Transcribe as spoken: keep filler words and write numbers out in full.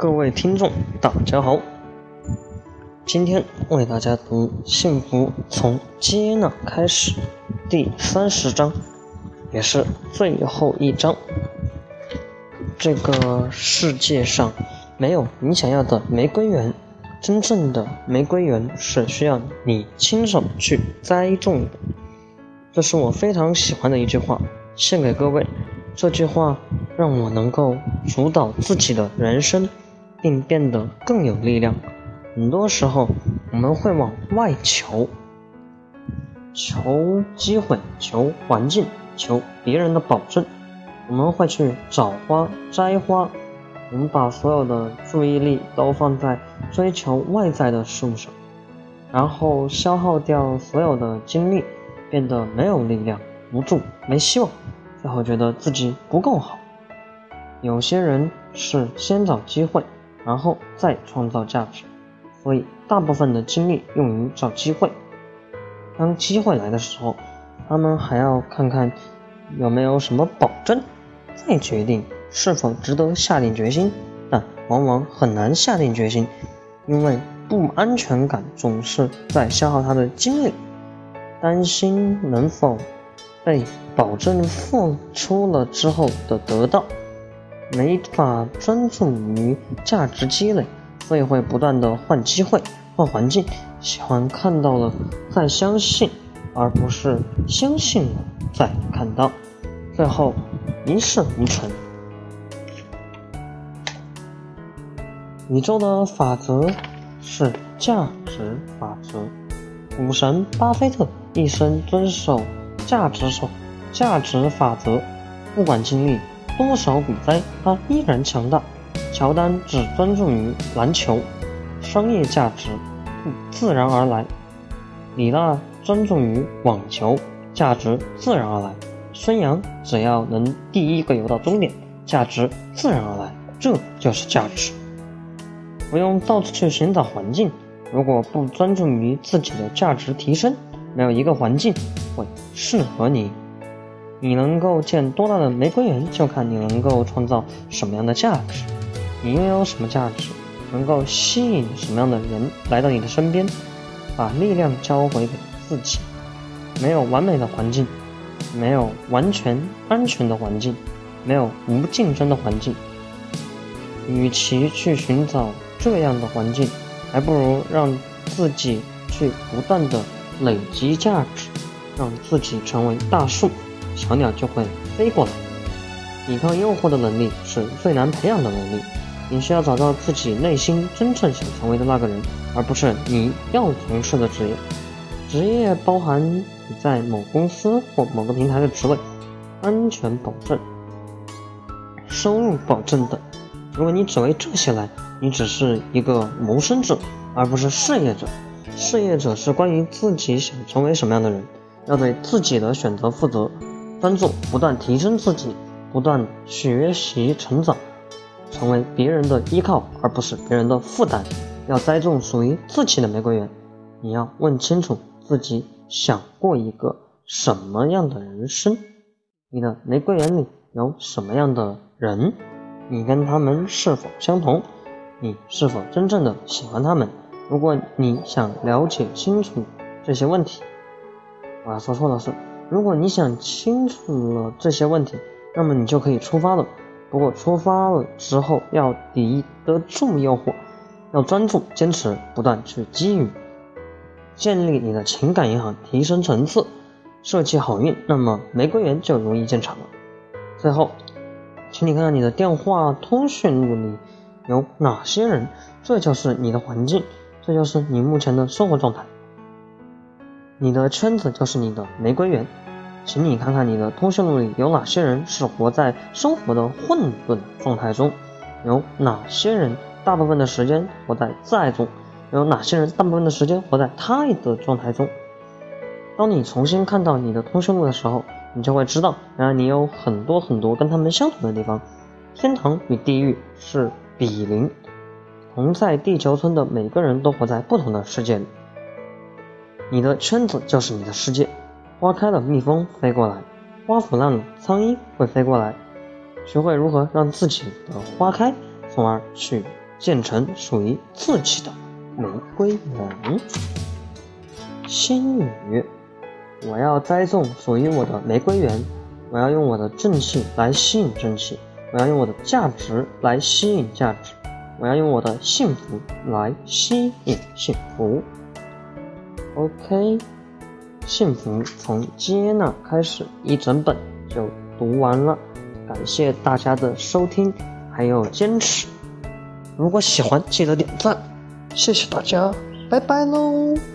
各位听众大家好，今天为大家读《幸福从接纳开始》第三十章，也是最后一章。这个世界上没有你想要的玫瑰园，真正的玫瑰园是需要你亲手去栽种的。这是我非常喜欢的一句话，献给各位。这句话让我能够主导自己的人生，并变得更有力量。很多时候我们会往外求，求机会，求环境，求别人的保证。我们会去找花摘花，我们把所有的注意力都放在追求外在的事物上，然后消耗掉所有的精力，变得没有力量，无助，没希望，最后觉得自己不够好。有些人是先找机会，然后再创造价值，所以大部分的精力用于找机会。当机会来的时候，他们还要看看有没有什么保证，再决定是否值得下定决心。但往往很难下定决心，因为不安全感总是在消耗他的精力，担心能否被保证付出了之后的得到，没法专注于价值积累，所以会不断的换机会，换环境，喜欢看到了再相信，而不是相信了再看到，最后一事无成。宇宙的法则是价值法则，股神巴菲特一生遵守价值手价值法则，不管经历多少股灾，他依然强大。乔丹只专注于篮球，商业价值自然而来。李娜专注于网球，价值自然而来。孙杨只要能第一个游到终点，价值自然而来。这就是价值。不用到处去寻找环境，如果不专注于自己的价值提升，没有一个环境会适合你。你能够建多大的玫瑰园，就看你能够创造什么样的价值。你拥有什么价值，能够吸引什么样的人来到你的身边。把力量交回给自己。没有完美的环境，没有完全安全的环境，没有无竞争的环境。与其去寻找这样的环境，还不如让自己去不断的累积价值，让自己成为大树，小鸟就会飞过来。抵抗诱惑的能力是最难培养的能力。你需要找到自己内心真正想成为的那个人，而不是你要从事的职业。职业包含你在某公司或某个平台的职位，安全保证、收入保证等。如果你只为这些来，你只是一个谋生者，而不是事业者。事业者是关于自己想成为什么样的人，要对自己的选择负责，专注不断提升自己，不断学习成长，成为别人的依靠，而不是别人的负担。要栽种属于自己的玫瑰园，你要问清楚自己想过一个什么样的人生，你的玫瑰园里有什么样的人，你跟他们是否相同，你是否真正的喜欢他们。如果你想了解清楚这些问题，我要说错的是，如果你想清楚了这些问题，那么你就可以出发了。不过出发了之后要抵得住诱惑，要专注坚持，不断去给予，建立你的情感银行，提升层次，设计好运，那么玫瑰园就容易建成了。最后请你看看你的电话通讯录里有哪些人，这就是你的环境，这就是你目前的生活状态。你的圈子就是你的玫瑰园，请你看看你的通讯录里有哪些人是活在生活的混沌状态中，有哪些人大部分的时间活在自爱中，有哪些人大部分的时间活在他爱的状态中。当你重新看到你的通讯录的时候，你就会知道，原来你有很多很多跟他们相同的地方。天堂与地狱是比邻，同在地球村的每个人都活在不同的世界里。你的圈子就是你的世界。花开了，蜜蜂飞过来；花腐烂了，苍蝇会飞过来。学会如何让自己的花开，从而去建成属于自己的玫瑰园。心语：我要栽种属于我的玫瑰园，我要用我的正气来吸引正气，我要用我的价值来吸引价值，我要用我的幸福来吸引幸福。 OK， 幸福从接纳开始，一整本就读完了，感谢大家的收听还有坚持，如果喜欢记得点赞，谢谢大家，拜拜喽。